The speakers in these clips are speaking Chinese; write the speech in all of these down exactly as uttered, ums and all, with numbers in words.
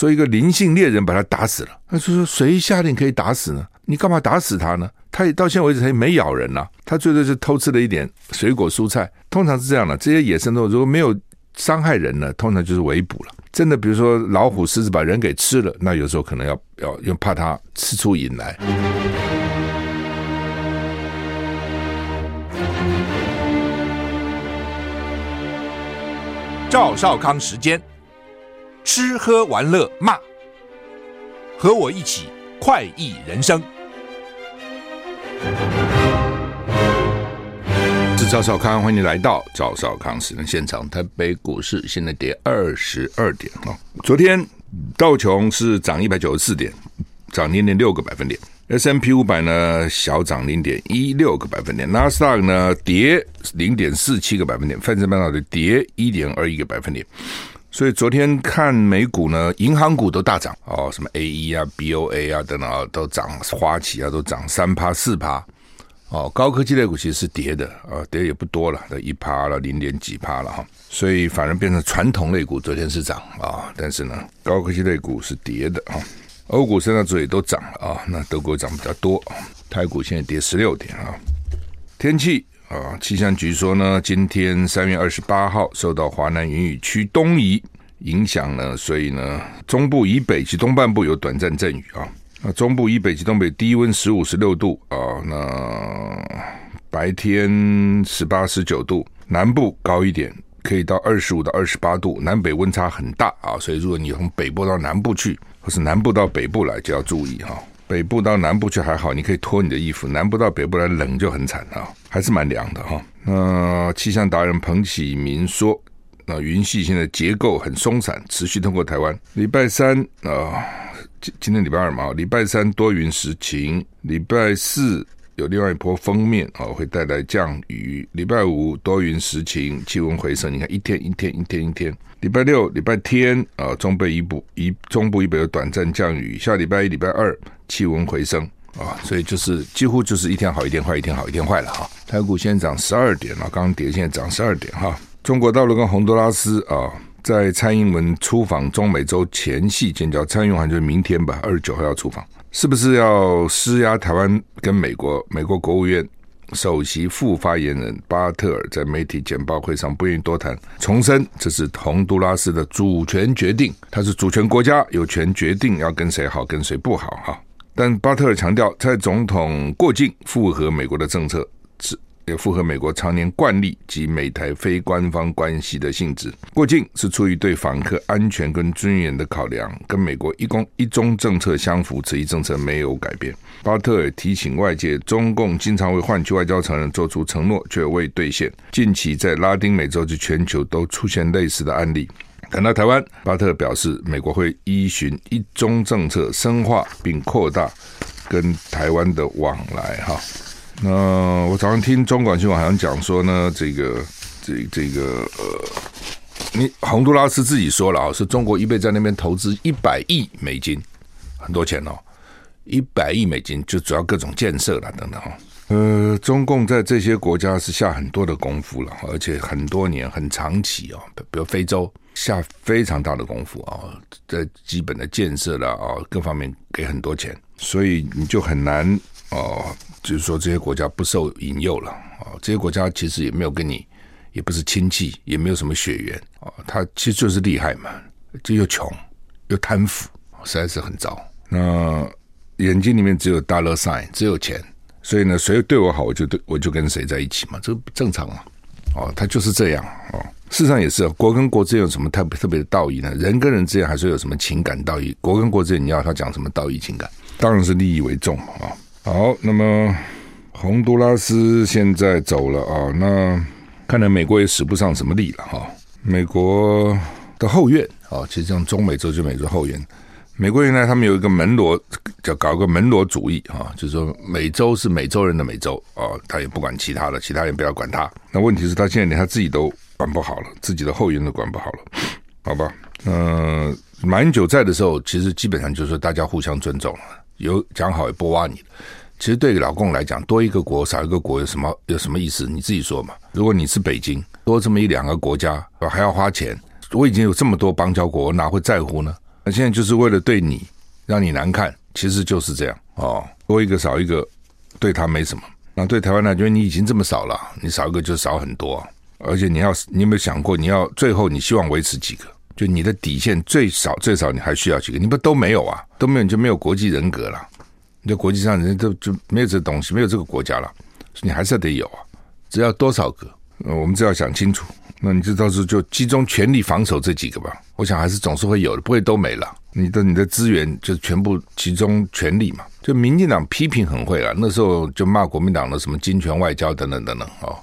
说一个林姓猎人把他打死了。那就说谁下令可以打死呢？你干嘛打死他呢？他到现在为止他也没咬人啊，他最多是偷吃了一点水果蔬菜，通常是这样的。这些野生动物如果没有伤害人呢，通常就是围捕了。真的比如说老虎狮子把人给吃了，那有时候可能要要要怕它吃出瘾来。 赵少康时间，吃喝玩乐骂，和我一起快意人生。 是赵少康，欢迎来到赵少康时间现场。台北股市现在跌二十二点、哦、昨天道琼是涨一百九十四点，涨零点六个百分点。S and P 五百 呢小涨 零点一六个百分点，纳斯达克呢跌 零点四七个百分点，费城半导体跌 一点二一个百分点。所以昨天看美股呢，银行股都大涨哦，什么 A E 啊 B O A 啊等等、啊、都涨，花旗啊都涨 百分之三 百分之四 哦，高科技类股其实是跌的啊，跌也不多了，百分之一了，零点几趴了哈，所以反而变成传统类股昨天是涨啊，但是呢，高科技类股是跌的哈。欧股三大指数也都涨了啊，那德国涨比较多，台股现在跌十六点啊。天气啊，气象局说呢，今天三月二十八号受到华南云雨区东移影响呢，所以呢，中部以北及东半部有短暂阵雨啊。那中部以北及东北低温十五、十六度啊，那白天十八、十九度，南部高一点，可以到二十五到二十八度，南北温差很大啊，所以如果你从北部到南部去，或是南部到北部来，就要注意哈。北部到南部去还好，你可以脱你的衣服，南部到北部来冷就很惨啊，还是蛮凉的哈。那气象达人彭启明说，那云系现在结构很松散，持续通过台湾。礼拜三啊。今天礼拜二嘛，礼拜三多云时晴，礼拜四有另外一波锋面、哦、会带来降雨，礼拜五多云时晴，气温回升，你看一天一天一天一天。礼拜六礼拜天、呃、中北以北以中部以北有短暂降雨，下礼拜一礼拜二气温回升、哦、所以就是几乎就是一天好一天坏，一天好一天坏了哈。台股现在涨十二点了，刚刚跌现在涨十二点哈。中国大陆跟洪都拉斯啊。在蔡英文出访中美洲前夕建交，蔡英文好像就是明天吧，二十九号要出访，是不是要施压台湾跟美国？美国国务院首席副发言人巴特尔在媒体简报会上不愿意多谈，重申这是洪都拉斯的主权决定，它是主权国家，有权决定要跟谁好跟谁不好哈。但巴特尔强调，蔡总统过境符合美国的政策，也符合美国常年惯例及美台非官方关系的性质。过境是出于对访客安全跟尊严的考量，跟美国一公一中政策相符，此一政策没有改变。巴特尔提醒外界，中共经常为换取外交承认做出承诺，却未兑现。近期在拉丁美洲及全球都出现类似的案例。谈到台湾，巴特尔表示，美国会依循一中政策，深化并扩大跟台湾的往来哈。那我早上听中广新闻好像讲说呢，这个这这个呃，你洪都拉斯自己说了啊，是中国预备在那边投资一百亿美金，很多钱哦，一百亿美金就主要各种建设啦等等哈。呃，中共在这些国家是下很多的功夫了，而且很多年很长期哦，比如非洲下非常大的功夫啊，在基本的建设啦啊各方面给很多钱，所以你就很难哦。就是说这些国家不受引诱了啊，这些国家其实也没有跟你，也不是亲戚，也没有什么血缘啊，他其实就是厉害嘛，就又穷又贪腐，实在是很糟。那眼睛里面只有 dollar sign， 只有钱，所以呢，谁对我好，我就对我就跟谁在一起嘛，这正常啊。哦，他就是这样哦。事实上也是，国跟国之间有什么特别特别的道义呢？人跟人之间还是有什么情感道义？国跟国之间你要他讲什么道义情感？当然是利益为重啊。好，那么洪都拉斯现在走了啊，那看来美国也使不上什么力了哈。美国的后院啊，其实像中美洲就美洲后院，美国原来他们有一个门罗，叫搞个门罗主义啊，就是说美洲是美洲人的美洲啊，他也不管其他的，其他人不要管他。那问题是他现在连他自己都管不好了，自己的后院都管不好了，好吧？呃，马英九在的时候，其实基本上就是说大家互相尊重了。有讲好也不挖你，其实对老共来讲，多一个国少一个国有什么有什么意思？你自己说嘛。如果你是北京，多这么一两个国家还要花钱，我已经有这么多邦交国，我哪会在乎呢？ 那现在就是为了对你让你难看，其实就是这样哦，多一个少一个对他没什么，那对台湾来讲你已经这么少了，你少一个就少很多啊。而且你要你有没有想过，你要最后你希望维持几个，就你的底线最少最少你还需要几个，你不都没有啊，都没有你就没有国际人格了，你在国际上人家都就没有这东西，没有这个国家了，你还是得有啊，只要多少个、呃、我们只要想清楚，那你就到时候就集中全力防守这几个吧，我想还是总是会有的，不会都没了，你的你的资源就全部集中全力嘛。就民进党批评很会了，那时候就骂国民党的什么金权外交等等等等哦，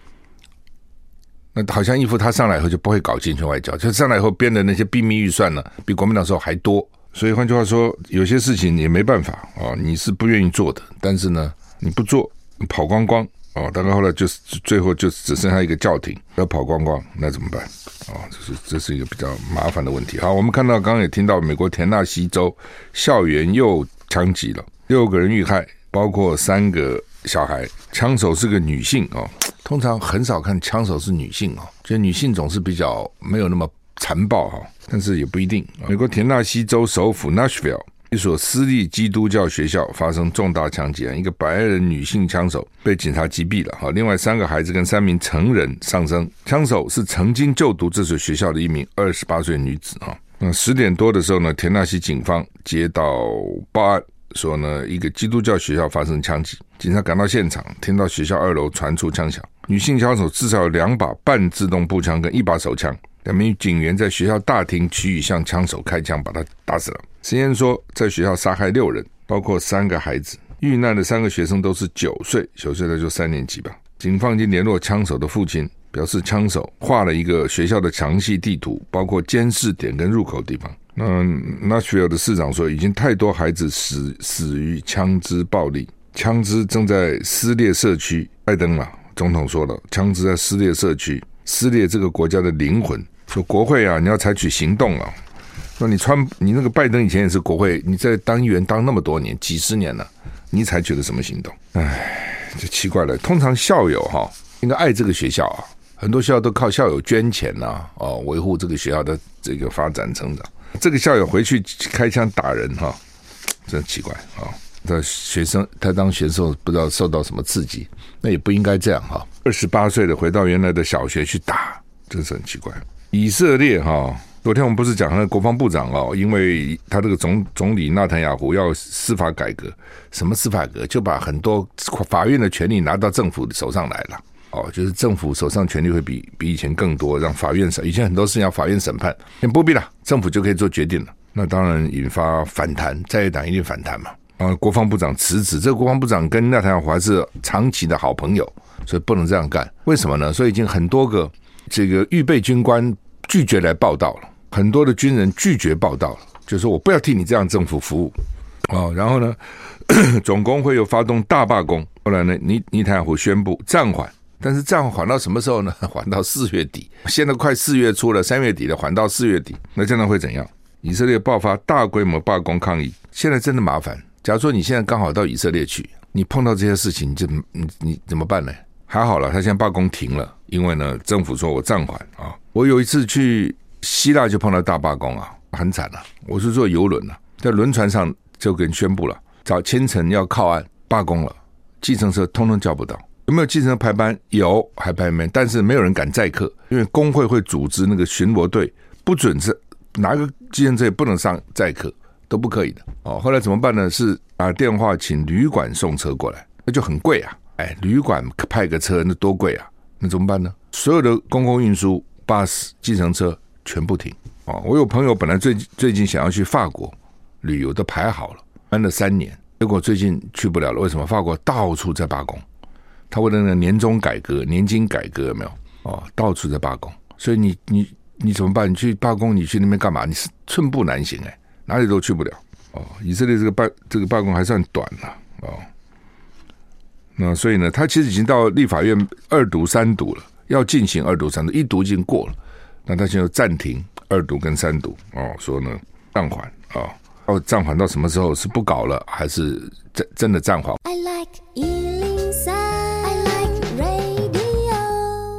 那好像一副他上来以后就不会搞金权外交，就上来以后编的那些秘密预算呢比国民党时候还多，所以换句话说有些事情也没办法哦，你是不愿意做的，但是呢你不做你跑光光哦，大概后来就最后就只剩下一个教廷要跑光光，那怎么办哦？这是这是一个比较麻烦的问题。好，我们看到刚刚也听到美国田纳西州校园又枪击了，六个人遇害，包括三个小孩，枪手是个女性哦，通常很少看枪手是女性哦，就女性总是比较没有那么残暴哈、哦，但是也不一定。美国田纳西州首府 Nashville 一所私立基督教学校发生重大枪击案，一个白人女性枪手被警察击毙了哈，另外三个孩子跟三名成人丧生，枪手是曾经就读这所学校的一名二十八岁女子哈。那十点多的时候呢，田纳西警方接到报案说呢，一个基督教学校发生枪击，警察赶到现场，听到学校二楼传出枪响，女性枪手至少有两把半自动步枪跟一把手枪，两名警员在学校大厅区域向枪手开枪，把他打死了。实验说在学校杀害六人，包括三个孩子，遇难的三个学生都是九岁，九岁的就三年级吧。警方已经联络枪手的父亲，表示枪手画了一个学校的详细地图，包括监视点跟入口地方。那 Nashville 的市长说，已经太多孩子死死于枪支暴力，枪支正在撕裂社区。拜登啊，总统说了，枪支在撕裂社区，撕裂这个国家的灵魂。说国会啊，你要采取行动啊。说你川你那个拜登以前也是国会，你在当议员当那么多年，几十年了，你采取了什么行动？哎，就奇怪了。通常校友哈、哦、应该爱这个学校啊，很多学校都靠校友捐钱呐、啊，哦，维护这个学校的这个发展成长。这个校友回去开枪打人哈、哦，真奇怪啊！他学生他当学生不知道受到什么刺激，那也不应该这样哈。二十八岁的回到原来的小学去打，真是很奇怪。以色列哈，昨天我们不是讲那个国防部长哦，因为他这个总总理纳坦雅胡要司法改革，什么司法改革，就把很多法院的权力拿到政府手上来了。哦，就是政府手上权力会比比以前更多，让法院审，以前很多事情要法院审判，也不必了，政府就可以做决定了。那当然引发反弹，在野党一定反弹嘛。啊，国防部长辞职，这个国防部长跟纳坦雅胡还是长期的好朋友，所以不能这样干。为什么呢？所以已经很多个这个预备军官拒绝来报道了，很多的军人拒绝报道了，就是说我不要替你这样政府服务。哦，然后呢，总工会又发动大罢工，后来呢，尼尼坦雅胡宣布暂缓。但是暂缓到什么时候呢？缓到四月底，现在快四月初了，三月底了，缓到四月底，那这样会怎样？以色列爆发大规模罢工抗议，现在真的麻烦。假如说你现在刚好到以色列去，你碰到这些事情，你就你你怎么办呢？还好了，他现在罢工停了，因为呢，政府说我暂缓啊。我有一次去希腊就碰到大罢工啊，很惨啊。我是坐邮轮啊，在轮船上就给人宣布了，早清晨要靠岸罢工了，计程车通通叫不到。有没有计程车排班？有，还排班，但是没有人敢载客，因为工会会组织那个巡逻队，不准是哪个计程车也不能上载客，都不可以的。哦，后来怎么办呢？是打电话请旅馆送车过来，那就很贵啊！哎，旅馆派个车那多贵啊！那怎么办呢？所有的公共运输、巴士、计程车全部停。哦，我有朋友本来最最近想要去法国旅游，都排好了，搬了三年，结果最近去不了了。为什么？法国到处在罢工。他为了那个年终改革、年金改革有没有？哦，到处在罢工，所以你你你怎么办？你去罢工，你去那边干嘛？你是寸步难行哎，哪里都去不了哦。以色列这个罢这个罢工还算短了哦。那所以呢，他其实已经到立法院二读、三读了，要进行二读、三读，一读已经过了，那他现在暂停二读跟三读哦，说呢暂缓啊，要暂缓到什么时候？是不搞了，还是真真的暂缓？ I like 一零三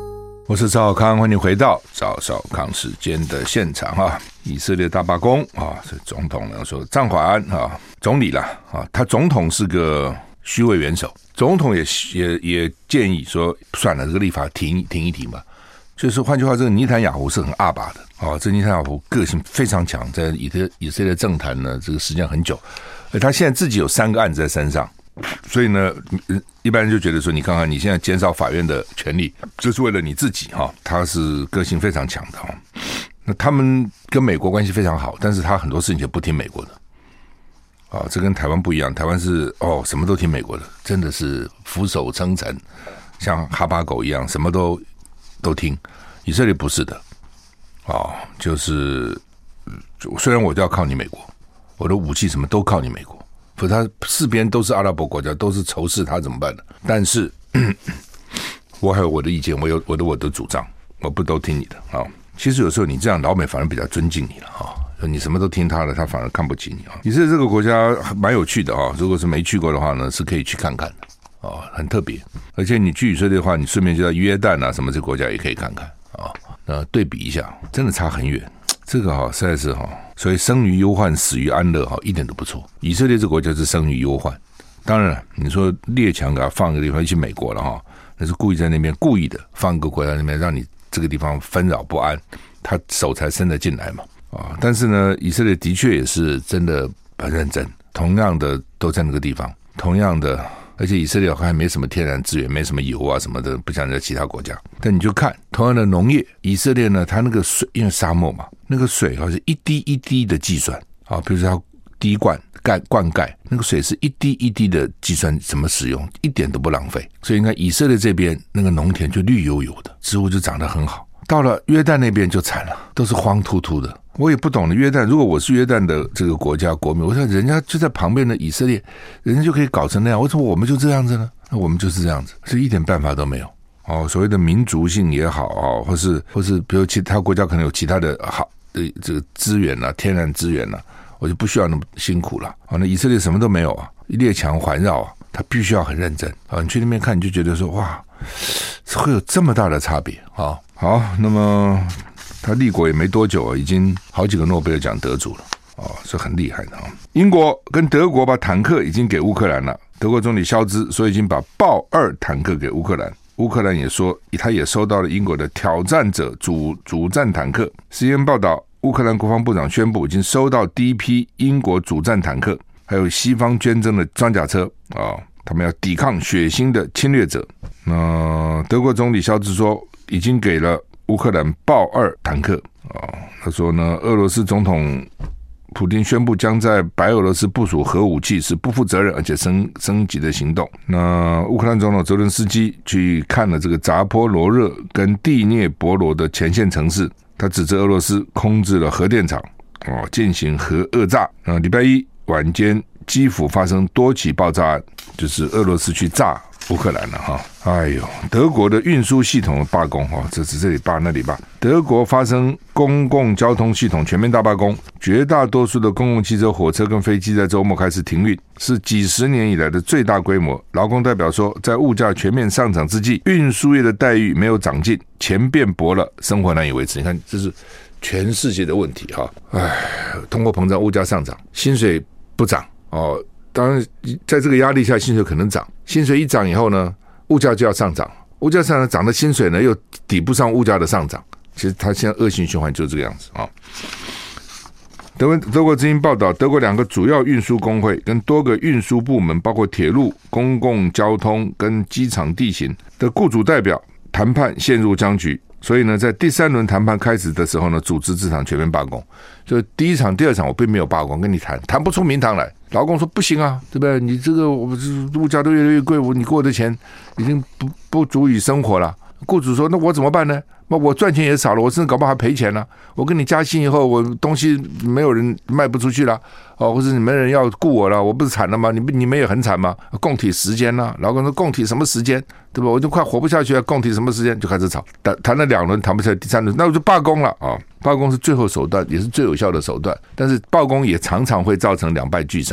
我是赵少康，欢迎回到赵少康时间的现场啊！以色列大罢工啊，这总统呢说暂缓啊，总理啦啊，他总统是个虚位元首，总统也也也建议说，算了，这个立法停停一停吧。就是换句话，这个尼坦雅胡是很阿爸的啊，这尼坦雅胡个性非常强，在以色以色列政坛呢，这个时间很久，而他现在自己有三个案子在身上。所以呢，一般人就觉得说，你看看你现在减少法院的权利，就是为了你自己哈。他是个性非常强的哈。那他们跟美国关系非常好，但是他很多事情就不听美国的。啊，这跟台湾不一样，台湾是哦什么都听美国的，真的是俯首称臣，像哈巴狗一样，什么都都听。以色列不是的，啊，就是虽然我就要靠你美国，我的武器什么都靠你美国。可他四边都是阿拉伯国家，都是仇视他怎么办呢？但是我还有我的意见，我有我的我的主张，我不都听你的啊。其实有时候你这样，老美反而比较尊敬你了啊。你什么都听他的，他反而看不起你啊。以色列这个国家蛮有趣的啊，如果是没去过的话呢，是可以去看看的啊，很特别。而且你去以色列的话，你顺便就在约旦啊什么这国家也可以看看啊。那对比一下，真的差很远。这个哈、哦、实在是哈、哦，所以生于忧患，死于安乐哈、哦，一点都不错。以色列这个国家是生于忧患，当然你说列强给他放一个地方去美国了哈、哦，那是故意在那边故意的放一个国家那边，让你这个地方纷扰不安，他手才伸得进来嘛啊！但是呢，以色列的确也是真的很认真，同样的都在那个地方，同样的。而且以色列还没什么天然资源，没什么油啊什么的，不像在其他国家。但你就看同样的农业，以色列呢，它那个水因为沙漠嘛，那个水好像一滴一滴的计算啊，比如说它滴灌盖灌溉，那个水是一滴一滴的计算怎么使用，一点都不浪费。所以你看以色列这边那个农田就绿油油的，植物就长得很好。到了约旦那边就惨了，都是荒秃秃的。我也不懂了，约旦如果我是约旦的这个国家国民，我想人家就在旁边的以色列，人家就可以搞成那样，为什么我们就这样子呢？那我们就是这样子，所以一点办法都没有哦。所谓的民族性也好哦，或是或是比如其他国家可能有其他的好的这个资源啊，天然资源啊，我就不需要那么辛苦了。哦，那以色列什么都没有啊，列强环绕啊，他必须要很认真啊。你去那边看，你就觉得说哇，会有这么大的差别啊。好，那么他立国也没多久，已经好几个诺贝尔奖得主了，哦，是很厉害的啊。英国跟德国把坦克已经给乌克兰了，德国总理肖兹说已经把豹二坦克给乌克兰，乌克兰也说他也收到了英国的挑战者主主战坦克。C N N 报道，乌克兰国防部长宣布已经收到第一批英国主战坦克，还有西方捐赠的装甲车啊、哦，他们要抵抗血腥的侵略者。那德国总理肖兹说已经给了乌克兰豹二坦克啊、哦，他说呢，俄罗斯总统普丁宣布将在白俄罗斯部署核武器是不负责任而且升升级的行动。那乌克兰总统泽伦斯基去看了这个扎波罗热跟第聂伯罗的前线城市，他指责俄罗斯控制了核电厂哦，进行核讹诈。那礼拜一晚间，基辅发生多起爆炸案，就是俄罗斯去炸乌克兰了哈。哎呦，德国的运输系统的罢工哈，这是这里罢那里罢。德国发生公共交通系统全面大罢工，绝大多数的公共汽车、火车跟飞机在周末开始停运，是几十年以来的最大规模。劳工代表说，在物价全面上涨之际，运输业的待遇没有长进，钱变薄了，生活难以维持。你看，这是全世界的问题哈。哎，通货膨胀，物价上涨，薪水不涨哦。当然，在这个压力下，薪水可能涨。薪水一涨以后呢，物价就要上涨。物价上涨，涨的薪水呢又抵不上物价的上涨。其实它现在恶性循环就是这个样子啊。德国德国之音报道，德国两个主要运输工会跟多个运输部门，包括铁路、公共交通跟机场地形的雇主代表谈判陷入僵局。所以呢，在第三轮谈判开始的时候呢，组织这场全面罢工。就第一场、第二场我并没有罢工，跟你谈谈不出名堂来。劳工说不行啊，对不对？你这个物价都越来越贵，你给我的钱已经不不足以生活了。雇主说：“那我怎么办呢？那我赚钱也少了，我甚至搞不好还赔钱了。我跟你加薪以后，我东西没有人卖不出去了，哦，或者你没人要雇我了，我不是惨了吗？你你们也很惨吗？共体时间呢、啊？劳工说共体什么时间，对吧？我就快活不下去了，共体什么时间？就开始吵，谈谈了两轮谈不下来，第三轮那我就罢工了啊！罢工是最后手段，也是最有效的手段，但是罢工也常常会造成两败俱伤了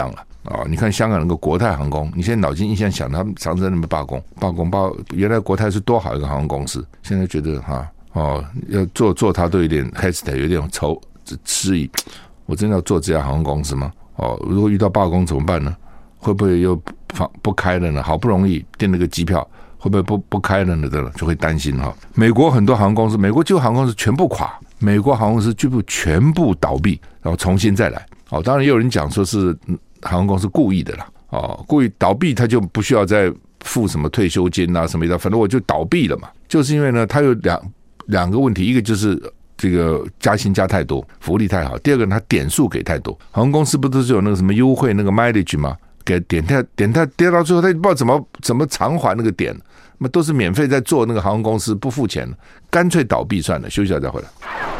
啊、哦！你看香港那个国泰航空，你现在脑筋一想想，他们常常在那边罢工，罢工罢，原来国泰是多好一个航空公司，现在觉得哈哦，要做做它都有点 hesitate， 有点愁迟疑。我真的要做这家航空公司吗？哦，如果遇到罢工怎么办呢？会不会又不不开了呢？好不容易订了个机票，会不会不不开了呢？就会担心哈。美国很多航空公司，美国就航空公司全部垮，美国航空公司全部全部倒闭，然后重新再来。哦，当然也有人讲说是航空公司故意的啦。哦，故意倒闭，他就不需要再付什么退休金啊什么的，反正我就倒闭了嘛。就是因为呢，它有两两个问题，一个就是这个加薪加太多，福利太好；第二个呢，它点数给太多。航空公司不都是有那个什么优惠那个 mileage 吗？给点太点太跌到最后，他不知道怎么怎么偿还那个点，那么都是免费在做那个航空公司不付钱，干脆倒闭算了。休息一下再回来。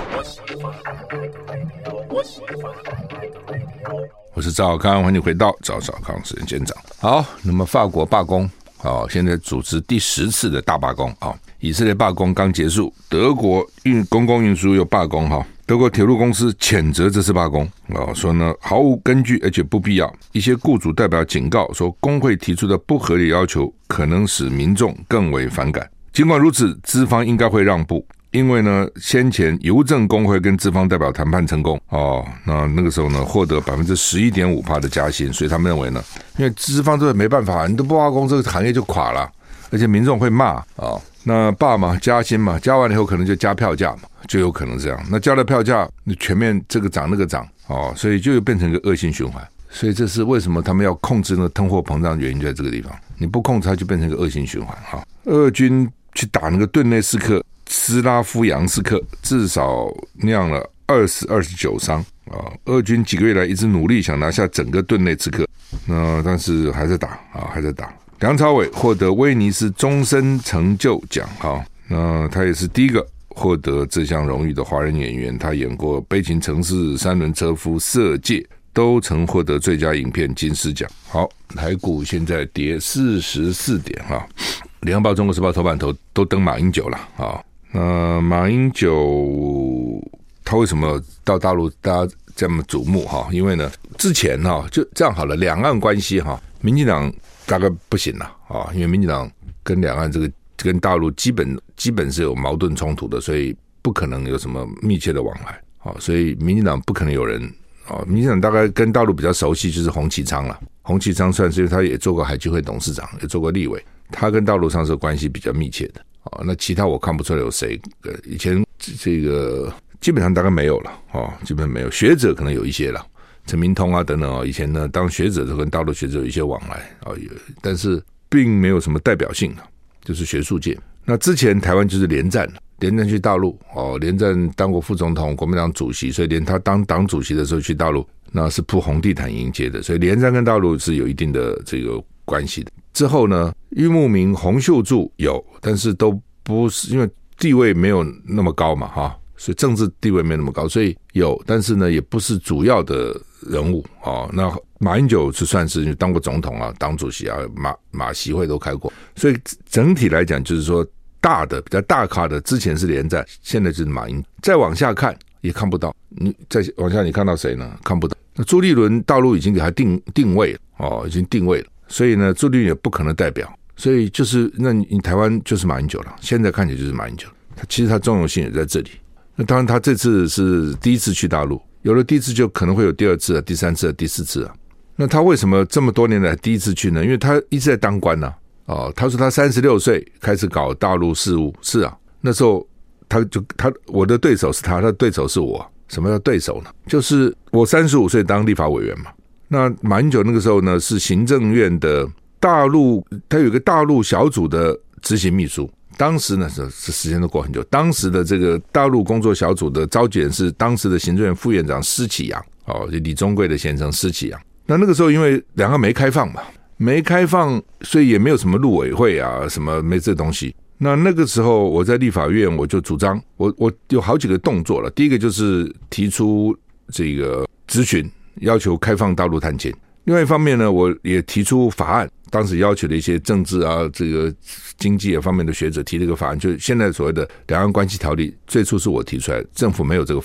我是赵少康，欢迎回到赵少康时间现场。好，那么法国罢工，好、哦，现在组织第十次的大罢工啊、哦。以色列罢工刚结束，德国运公共运输又罢工哈。德国铁路公司谴责这次罢工啊、哦，说呢毫无根据而且不必要。一些雇主代表警告说，工会提出的不合理要求可能使民众更为反感。尽管如此，资方应该会让步。因为呢，先前邮政工会跟资方代表谈判成功哦，那那个时候呢，获得百分之十一点五趴的加薪，所以他们认为呢，因为资方这没办法，你都不罢工，这个行业就垮了，而且民众会骂啊、哦。那罢嘛，加薪嘛，加完了以后可能就加票价嘛，就有可能这样。那加了票价，你全面这个涨那个涨哦，所以就变成一个恶性循环。所以这是为什么他们要控制那个通货膨胀原因就在这个地方。你不控制，它就变成一个恶性循环哈、哦。俄军去打那个顿内斯克。斯拉夫扬斯克至少酿了二十二十九伤啊！俄军几个月来一直努力想拿下整个顿内茨克，那但是还在打啊，还在打。梁朝伟获得威尼斯终身成就奖啊，那他也是第一个获得这项荣誉的华人演员。他演过《悲情城市》《三轮车夫》《色戒》，都曾获得最佳影片金狮奖。好，台股现在跌四十四点啊，联合报、中国时报头版头都登马英九了啊。那马英九他为什么到大陆大家这么瞩目哈？因为呢，之前哈就这样好了，两岸关系哈，民进党大概不行了啊，因为民进党跟两岸这个跟大陆基本基本是有矛盾冲突的，所以不可能有什么密切的往来啊，所以民进党不可能有人啊，民进党大概跟大陆比较熟悉就是洪启昌了，洪启昌算是因为他也做过海基会董事长，也做过立委，他跟大陆上是关系比较密切的。哦，那其他我看不出来有谁。呃，以前这个基本上大概没有了哦，基本上没有。学者可能有一些了，陈明通啊等等哦。以前呢，当学者就跟大陆学者有一些往来哦，但是并没有什么代表性的，就是学术界。那之前台湾就是连战，连战去大陆哦，连战当过副总统、国民党主席，所以连他当党主席的时候去大陆，那是铺红地毯迎接的。所以连战跟大陆是有一定的这个关系的。之后呢，郁慕明、洪秀柱有，但是都不是因为地位没有那么高嘛，哈，所以政治地位没那么高，所以有，但是呢，也不是主要的人物哦。那马英九是算是当过总统啊，党主席啊，马马习会都开过，所以整体来讲，就是说大的比较大咖的，之前是连战，现在就是马英。再往下看也看不到，你再往下你看到谁呢？看不到。那朱立伦大陆已经给他定定位了哦，已经定位了。所以呢，朱立伦也不可能代表，所以就是那你台湾就是马英九了，现在看起来就是马英九。他其实他重要性也在这里。那当然，他这次是第一次去大陆，有了第一次就可能会有第二次啊、第三次啊、第四次啊。那他为什么这么多年来第一次去呢？因为他一直在当官啊。哦，他说他三十六岁开始搞大陆事务，是啊，那时候他就他我的对手是他，他的对手是我。什么叫对手呢？就是我三十五岁当立法委员嘛。那马英九那个时候呢，是行政院的大陆，他有一个大陆小组的执行秘书。当时呢，这时间都过很久。当时的这个大陆工作小组的召集人是当时的行政院副院长施启扬，哦，就李宗贵的先生施启扬。那那个时候因为两岸没开放嘛，没开放，所以也没有什么陆委会啊，什么没这东西。那那个时候我在立法院，我就主张，我我有好几个动作了。第一个就是提出这个质询。要求开放大陆探监。另外一方面呢，我也提出法案，当时要求的一些政治啊、这个经济方面的学者提这个法案，就现在所谓的两岸关系条例，最初是我提出来，政府没有这个法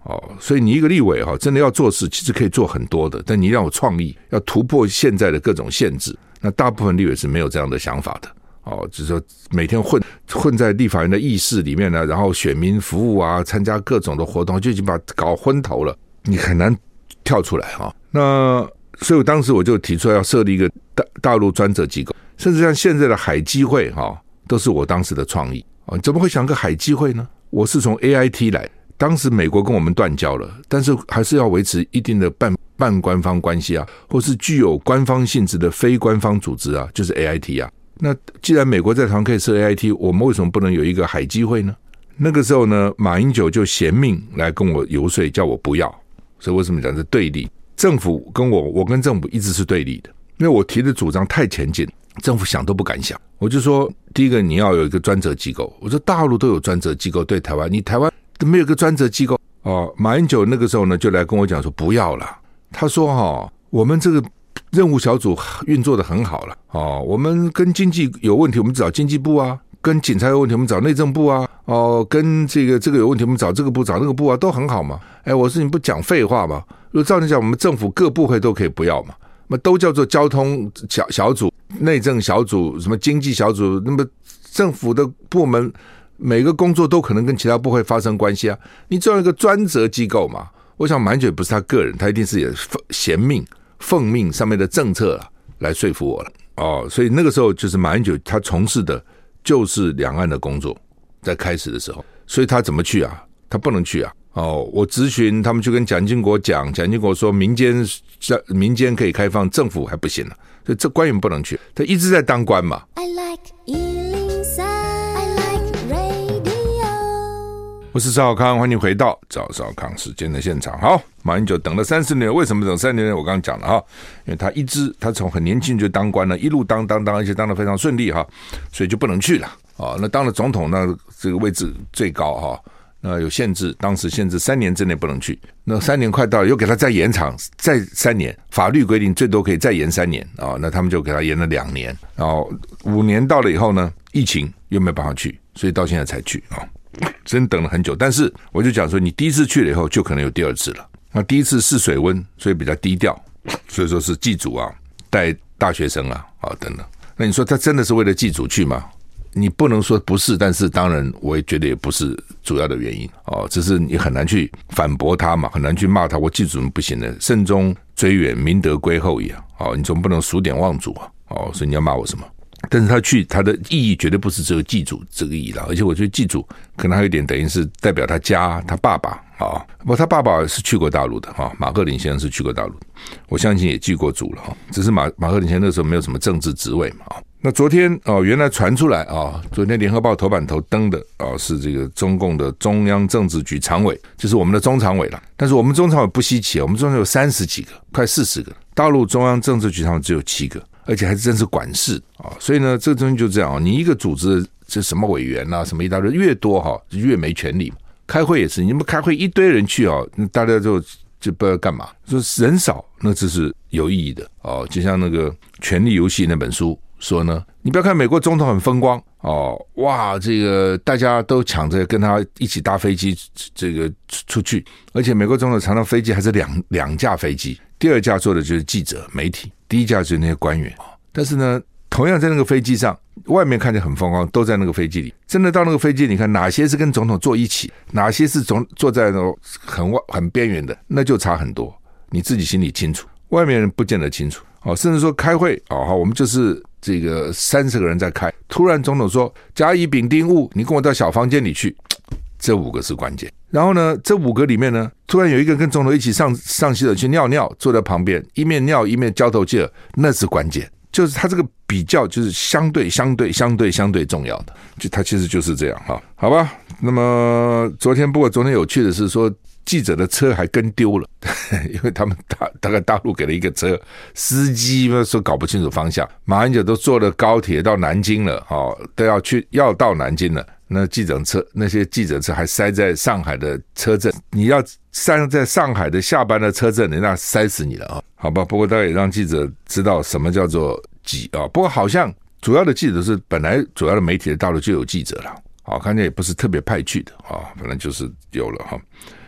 哦，所以你一个立委哈，真的要做事，其实可以做很多的，但你要有创意，要突破现在的各种限制。那大部分立委是没有这样的想法的。哦，就是说每天混混在立法院的议事里面呢，然后选民服务啊，参加各种的活动，就已经把搞昏头了，你很难跳出来哈、哦。那所以我当时我就提出来要设立一个大大陆专责机构，甚至像现在的海基会哈、哦，都是我当时的创意哦。你怎么会想个海基会呢？我是从 A I T 来，当时美国跟我们断交了，但是还是要维持一定的半半官方关系啊，或是具有官方性质的非官方组织啊，就是 A I T 啊。那既然美国在台湾可以设 A I T， 我们为什么不能有一个海基会呢？那个时候呢，马英九就嫌命来跟我游说，叫我不要。所以为什么讲是对立？政府跟我，我跟政府一直是对立的，因为我提的主张太前进，政府想都不敢想。我就说，第一个你要有一个专责机构。我说大陆都有专责机构，对台湾，你台湾都没有一个专责机构哦。马英九那个时候呢，就来跟我讲说不要了。他说哈、哦，我们这个任务小组运作的很好了哦，我们跟经济有问题，我们找经济部啊；跟警察有问题，我们找内政部啊；哦，跟这个这个有问题，我们找这个部、找那个部啊，都很好嘛。哎，我说你不讲废话嘛？如果照你讲，我们政府各部会都可以不要嘛？那都叫做交通小小组、内政小组、什么经济小组，那么政府的部门每个工作都可能跟其他部会发生关系啊。你只要一个专责机构嘛。我想马英九也不是他个人，他一定是也嫌命。奉命上面的政策、啊、来说服我了哦，所以那个时候就是马英九他从事的就是两岸的工作，在开始的时候，所以他怎么去啊？他不能去啊！哦，我咨询他们去跟蒋经国讲，蒋经国说民间民间可以开放，政府还不行了、啊，所以这官员不能去，他一直在当官嘛。I like 一零三 I like radio。我是赵少康，欢迎回到赵少康时间的现场。好。马英九等了三十年，为什么等三十年？我刚刚讲了哈，因为他一直他从很年轻就当官了，一路当当当，而且当得非常顺利哈，所以就不能去了啊。那当了总统，那这个位置最高哈，那有限制，当时限制三年之内不能去。那三年快到了，又给他再延长再三年，法律规定最多可以再延三年啊。那他们就给他延了两年，然后五年到了以后呢，疫情又没有办法去，所以到现在才去啊，真等了很久。但是我就讲说，你第一次去了以后，就可能有第二次了。那第一次试水温，所以比较低调，所以说是祭祖啊，带大学生啊，啊等等。那你说他真的是为了祭祖去吗？你不能说不是，但是当然我也觉得也不是主要的原因哦，只是你很难去反驳他嘛，很难去骂他。我祭祖不行的，慎终追远，明德归后也哦，你总不能数典忘祖啊哦，所以你要骂我什么？但是他去他的意义绝对不是只有祭祖这个意义了，而且我觉得祭祖可能还有一点等于是代表他家他爸爸啊，不过他爸爸是去过大陆的哈，马鹤龄先生是去过大陆的，我相信也祭过祖了哈，只是马马鹤龄先生那时候没有什么政治职位嘛啊。那昨天哦，原来传出来啊，昨天联合报头版头登的啊是这个中共的中央政治局常委，就是我们的中常委了。但是我们中常委不稀奇，我们中常委有三十几个，快四十个，大陆中央政治局常委只有七个。而且还是真是管事啊，所以呢，这个东西就这样，你一个组织这什么委员啊，什么一大堆，越多哈越没权利。开会也是，你们开会一堆人去哦，大家就就不知道干嘛。说人少，那这是有意义的哦。就像那个《权力游戏》那本书说呢，你不要看美国总统很风光哦，哇，这个大家都抢着跟他一起搭飞机这个出去，而且美国总统常常飞机还是两两架飞机，第二架坐的就是记者媒体。第一架就是那些官员，但是呢，同样在那个飞机上，外面看起来很风光，都在那个飞机里。真的到那个飞机，你看哪些是跟总统坐一起，哪些是总坐在那种很很边缘的，那就差很多。你自己心里清楚，外面人不见得清楚。哦，甚至说开会哦，我们就是这个三十个人在开，突然总统说甲乙丙丁戊，你跟我到小房间里去。这五个是关键。然后呢，这五个里面呢，突然有一个跟总统一起上上洗手去尿尿，坐在旁边，一面尿一面交头接耳，那是关键。就是他这个比较，就是相对相对相对相对重要的，就他其实就是这样哈，好吧。那么昨天，不过昨天有趣的是说，记者的车还跟丢了，因为他们大大概大陆给了一个车，司机说搞不清楚方向，马英九都坐了高铁到南京了，哦，都要去要到南京了。那记者车那些记者车还塞在上海的车阵，你要塞在上海的下班的车阵，人家塞死你了啊！好吧，不过大家也让记者知道什么叫做挤啊。不过好像主要的记者是本来主要的媒体的大陆就有记者了，啊，看见也不是特别派去的啊，反正就是有了哈。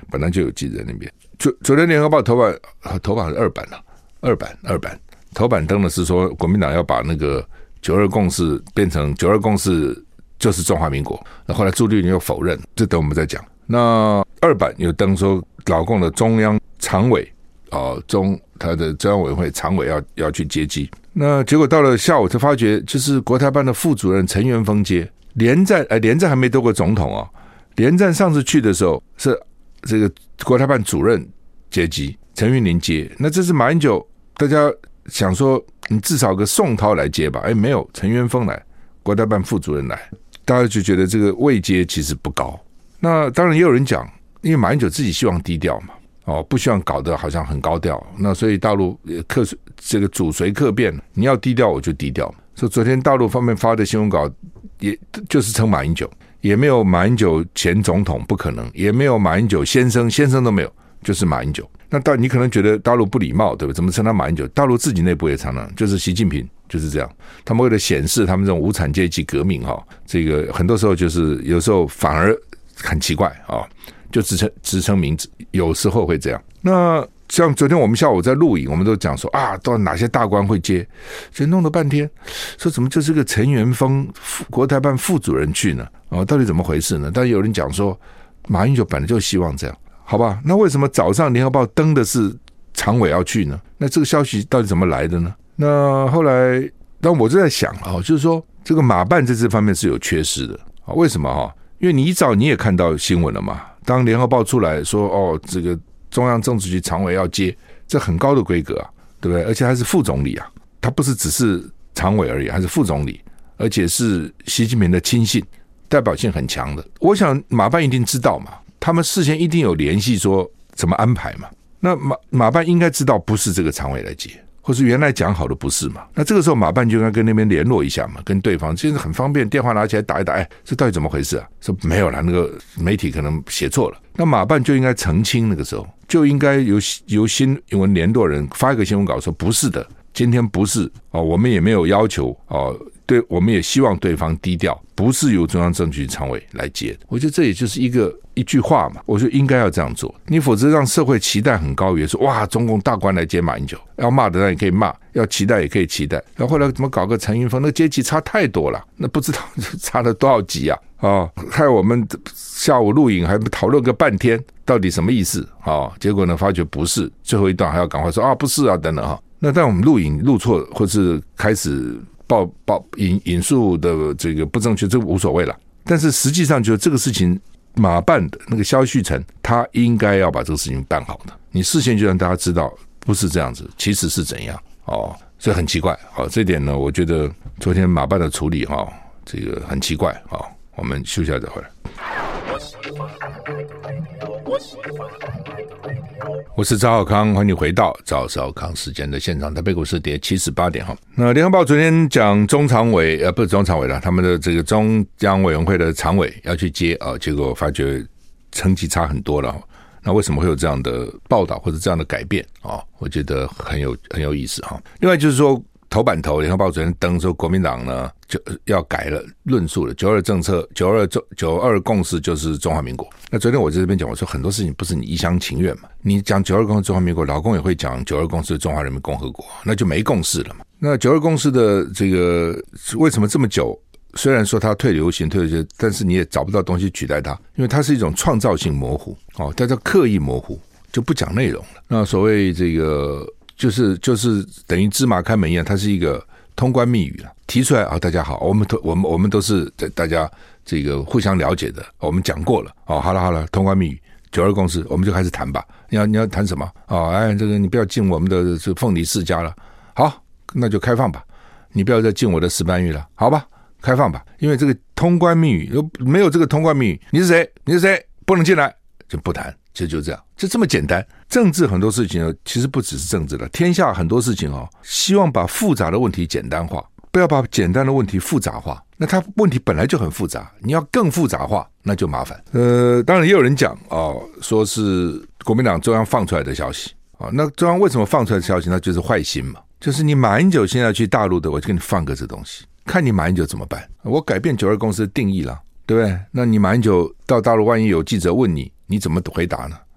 本来就有记者那边。昨昨天联合报头版头版是二版了，二版二版头版登的是说国民党要把那个九二共识变成九二共识就是中华民国，那后来朱立伦又否认，这等我们再讲。那二版有登说老共的中央常委哦，中他的中央委员会常委要要去接机，那结果到了下午才发觉，就是国台办的副主任陈元峰接连战，哎，连战还没当过总统哦，连战上次去的时候是这个国台办主任接机，陈云林接，那这是马英九，大家想说你至少个宋涛来接吧，哎，没有，陈元峰来，国台办副主任来，大家就觉得这个位阶其实不高。那当然也有人讲，因为马英九自己希望低调嘛。哦，不希望搞得好像很高调，那所以大陆客这个主随客便，你要低调我就低调。所以昨天大陆方面发的新闻稿，也就是称马英九，也没有马英九前总统，不可能，也没有马英九先生，先生都没有，就是马英九。那到你可能觉得大陆不礼貌，对不对？怎么称他马英九？大陆自己内部也常常就是习近平就是这样，他们为了显示他们这种无产阶级革命哈，这个很多时候就是有时候反而很奇怪啊。就直称直称名字，有时候会这样。那像昨天我们下午在录影，我们都讲说啊，到哪些大官会接，所以弄了半天，说怎么就是个陈元峰国台办副主任去呢？哦，到底怎么回事呢？但有人讲说，马英九本来就希望这样，好吧？那为什么早上联合报登的是常委要去呢？那这个消息到底怎么来的呢？那后来，但我就在想啊，就是说这个马办在这方面是有缺失的啊？为什么哈？因为你一早你也看到新闻了嘛。当联合报出来说哦，这个中央政治局常委要接，这很高的规格啊，对不对？而且还是副总理啊，他不是只是常委而已，还是副总理，而且是习近平的亲信，代表性很强的。我想马办一定知道嘛，他们事先一定有联系说怎么安排嘛。那马马办应该知道不是这个常委来接，或是原来讲好的不是嘛？那这个时候马办就应该跟那边联络一下嘛，跟对方其实很方便，电话拿起来打一打，哎，这到底怎么回事啊？说没有啦，那个媒体可能写错了。那马办就应该澄清，那个时候就应该由由新闻联络人发一个新闻稿说不是的，今天不是哦，我们也没有要求哦，对，我们也希望对方低调，不是由中央政治局常委来接的。我觉得这也就是一个一句话嘛，我觉得应该要这样做，你否则让社会期待很高，也说哇，中共大官来接马英九，要骂的人也可以骂，要期待也可以期待。然后后来怎么搞个陈云峰，那阶级差太多了，那不知道差了多少级啊！哦，害我们下午录影还讨论个半天，到底什么意思啊？哦，结果呢，发觉不是，最后一段还要赶快说啊，不是啊，等等哈。那但我们录影录错，或是开始报报引引述的这个不正确，这无所谓了。但是实际上，就这个事情，马办的那个萧旭晨，他应该要把这个事情办好的。你事先就让大家知道，不是这样子，其实是怎样哦，所以很奇怪。好，这点呢，我觉得昨天马办的处理哈，这个很奇怪啊。我们休息一下再回来。我是赵少康，欢迎回到赵少康时间的现场。台北股市跌七十八点哈。那联合报昨天讲中常委，呃，不是中常委了，他们的这个中央委员会的常委要去接啊，结果发觉成绩差很多了。那为什么会有这样的报道或者这样的改变啊？我觉得很有很有意思哈。另外就是说，头版头联合报昨天登说，国民党呢就要改了论述了，九二政策，九二九二共识就是中华民国。那昨天我在这边讲，我说很多事情不是你一厢情愿嘛，你讲九二共识中华民国，老公也会讲九二共识中华人民共和国，那就没共识了嘛。那九二共识的这个为什么这么久？虽然说它退流行退流行，但是你也找不到东西取代它，因为它是一种创造性模糊哦，它叫刻意模糊，就不讲内容了。那所谓这个。就是就是等于芝麻开门一样，它是一个通关密语了，提出来啊，大家好，我们都我们我们都是大家这个互相了解的，我们讲过了哦，好了好了，通关密语，九二共识，我们就开始谈吧。你要你要谈什么哦？哎，这个你不要进我们的这凤梨世家了，好，那就开放吧。你不要再进我的石斑鱼了，好吧，开放吧。因为这个通关密语没有这个通关密语，你是谁？你是谁？不能进来就不谈。其实就这样，就这么简单。政治很多事情其实不只是政治了，天下很多事情哦，希望把复杂的问题简单化，不要把简单的问题复杂化。那它问题本来就很复杂，你要更复杂化，那就麻烦。呃，当然也有人讲哦，说是国民党中央放出来的消息啊、哦。那中央为什么放出来的消息？那就是坏心嘛，就是你马英九现在去大陆的，我就给你放个这东西，看你马英九怎么办。我改变九二共识的定义了，对不对？那你马英九到大陆，万一有记者问你，你怎么回答呢？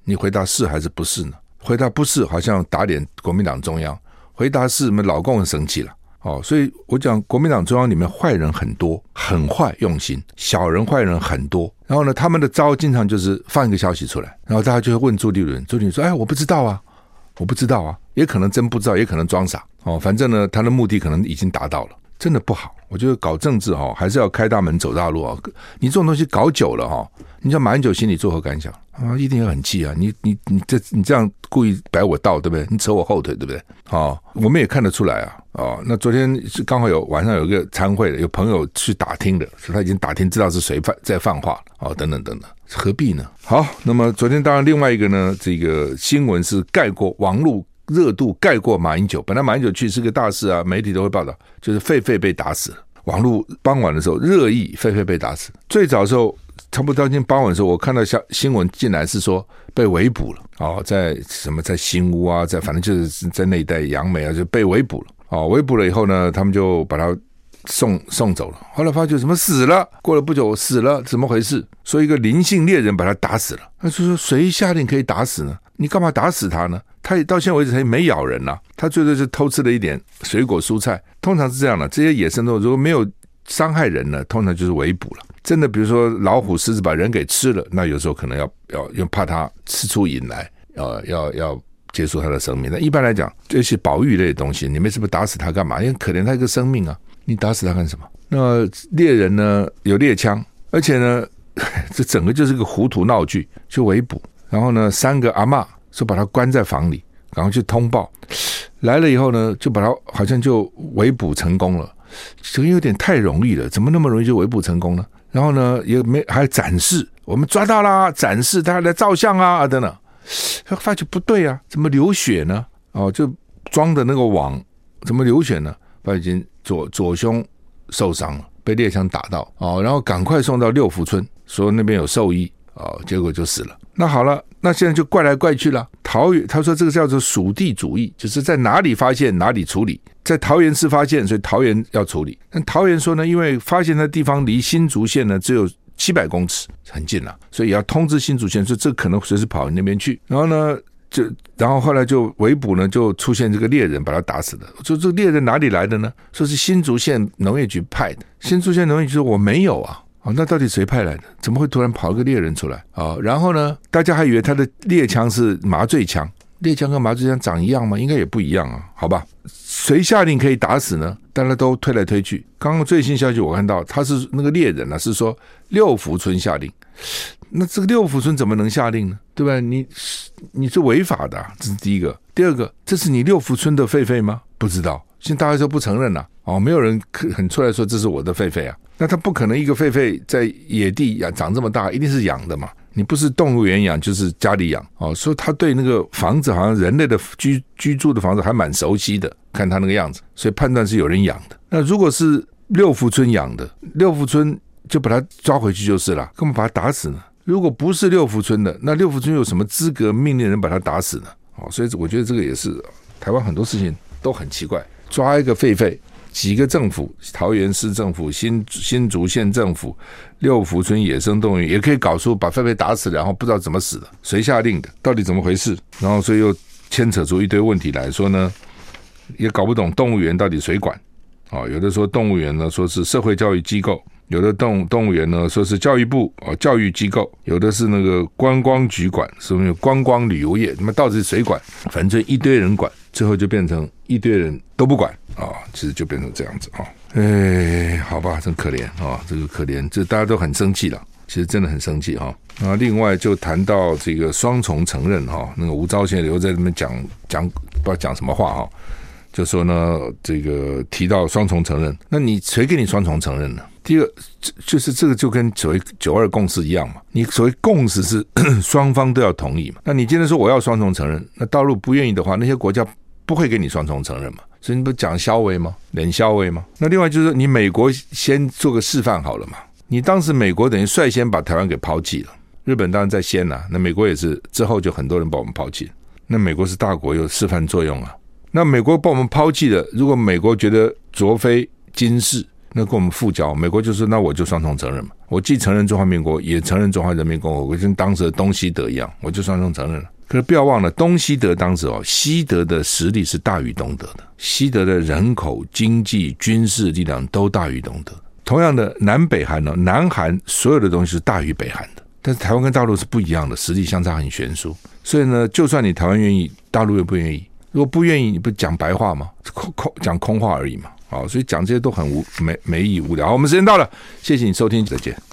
你回答是还是不是呢？回答不是，好像打脸国民党中央；回答是，你们老共很生气了。哦，所以我讲国民党中央里面坏人很多，很坏用心，小人坏人很多。然后呢，他们的招经常就是放一个消息出来，然后大家就会问朱立伦，朱立伦说：“哎，我不知道啊，我不知道啊，也可能真不知道，也可能装傻。哦，反正呢，他的目的可能已经达到了，真的不好。我觉得搞政治哈、哦，还是要开大门走大路啊、哦。你这种东西搞久了哈、哦，你叫马英九心里作何感想啊？一定很气啊！你你你这你这样故意摆我道，对不对？你扯我后腿，对不对？哦，我们也看得出来啊。哦，那昨天刚好有晚上有一个参会的，有朋友去打听的，说他已经打听知道是谁在放话哦，等等等等，何必呢？好，那么昨天当然另外一个呢，这个新闻是盖过网络热度盖过马英九，本来马英九去是个大事啊，媒体都会报道，就是狒狒被打死了。网络傍晚的时候热议狒狒被打死，最早的时候差不多到今天傍晚的时候，我看到新闻进来是说被围捕了哦，在什么在新屋啊，在反正就是在那一带杨梅啊，就被围捕了哦，围捕了以后呢，他们就把他送送走了。后来发觉什么死了，过了不久死了，怎么回事？说一个林姓猎人把他打死了。那就说谁下令可以打死呢？你干嘛打死他呢？他到现在为止他没咬人啊，他最多是偷吃了一点水果蔬菜，通常是这样的。这些野生动物如果没有伤害人呢，通常就是围捕了。真的比如说老虎狮子把人给吃了，那有时候可能要要要怕它吃出瘾来，要要要结束它的生命。那一般来讲这些保育类的东西你没什么打死它干嘛？因为可怜它一个生命啊，你打死它干什么？那猎人呢有猎枪，而且呢这整个就是个糊涂闹剧，就围捕。然后呢三个阿嬷说把他关在房里，赶快去通报，来了以后呢就把他好像就围捕成功了。这个有点太容易了，怎么那么容易就围捕成功呢？然后呢也没还展示，我们抓到啦，展示他来照相啊等等，发觉不对啊，怎么流血呢？哦，就装的那个网怎么流血呢？他已经左左胸受伤了，被猎枪打到哦，然后赶快送到六福村，说那边有兽医哦，结果就死了。那好了，那现在就怪来怪去了。桃园他说这个叫做属地主义，就是在哪里发现哪里处理。在桃园市发现，所以桃园要处理。但桃园说呢，因为发现的地方离新竹县呢只有七百公尺，很近了，所以也要通知新竹县，说这可能随时跑你那边去。然后呢，就然后后来就围捕呢，就出现这个猎人把他打死的。说这个猎人哪里来的呢？说是新竹县农业局派的。新竹县农业局说我没有啊。哦，那到底谁派来的？怎么会突然跑一个猎人出来啊、哦？然后呢，大家还以为他的猎枪是麻醉枪，猎枪跟麻醉枪长一样吗？应该也不一样啊，好吧？谁下令可以打死呢？大家都推来推去。刚刚最新消息我看到，他是那个猎人啊，是说六福村下令。那这个六福村怎么能下令呢？对吧？你你是违法的、啊，这是第一个。第二个，这是你六福村的狒狒吗？不知道，现在大家都不承认了、啊。哦，没有人肯出来说这是我的狒狒啊。那他不可能一个狒狒在野地养长这么大，一定是养的嘛。你不是动物园养就是家里养哦，所以他对那个房子好像人类的居居住的房子还蛮熟悉的，看他那个样子，所以判断是有人养的。那如果是六福村养的，六福村就把他抓回去就是了，干嘛把他打死呢？如果不是六福村的，那六福村有什么资格命令人把他打死呢？哦，所以我觉得这个也是台湾很多事情都很奇怪，抓一个狒狒。几个政府，桃园市政府、新新竹县政府、六福村野生动物园也可以搞出把狒狒打死，然后不知道怎么死的，谁下令的，到底怎么回事？然后所以又牵扯出一堆问题来说呢，也搞不懂动物园到底谁管。哦，有的说动物园呢说是社会教育机构，有的动动物园呢说是教育部哦教育机构，有的是那个观光局管，是不是观光旅游业？那么到底是谁管？反正一堆人管，最后就变成一堆人都不管啊、哦，其实就变成这样子啊、哦。哎，好吧，真可怜啊、哦，这个可怜，这大家都很生气了。其实真的很生气哈、哦。啊，另外就谈到这个双重承认哈、哦，那个吴钊燮留在那边讲讲不知道讲什么话哈、哦，就说呢这个提到双重承认，那你谁给你双重承认呢？第一个就是这个就跟所谓九二共识一样嘛，你所谓共识是双方都要同意嘛。那你今天说我要双重承认，那大陆不愿意的话，那些国家不会给你双重承认嘛。所以你不讲消微吗？脸消微吗？那另外就是你美国先做个示范好了嘛。你当时美国等于率先把台湾给抛弃了，日本当然在先啦、啊，那美国也是之后就很多人把我们抛弃了。那美国是大国，有示范作用啊。那美国把我们抛弃了，如果美国觉得卓非金氏那跟我们复交，美国就说那我就双重承认嘛，我既承认中华民国，也承认中华人民共和国，跟当时的东西德一样，我就双重承认了。可是不要忘了，东西德当时哦，西德的实力是大于东德的，西德的人口、经济、军事力量都大于东德。同样的，南北韩呢，南韩所有的东西是大于北韩的，但是台湾跟大陆是不一样的，实力相差很悬殊。所以呢，就算你台湾愿意，大陆又不愿意。如果不愿意，你不讲白话吗？空空讲空话而已嘛。好，所以讲这些都很无没没意义无聊。好，我们时间到了，谢谢你收听，再见。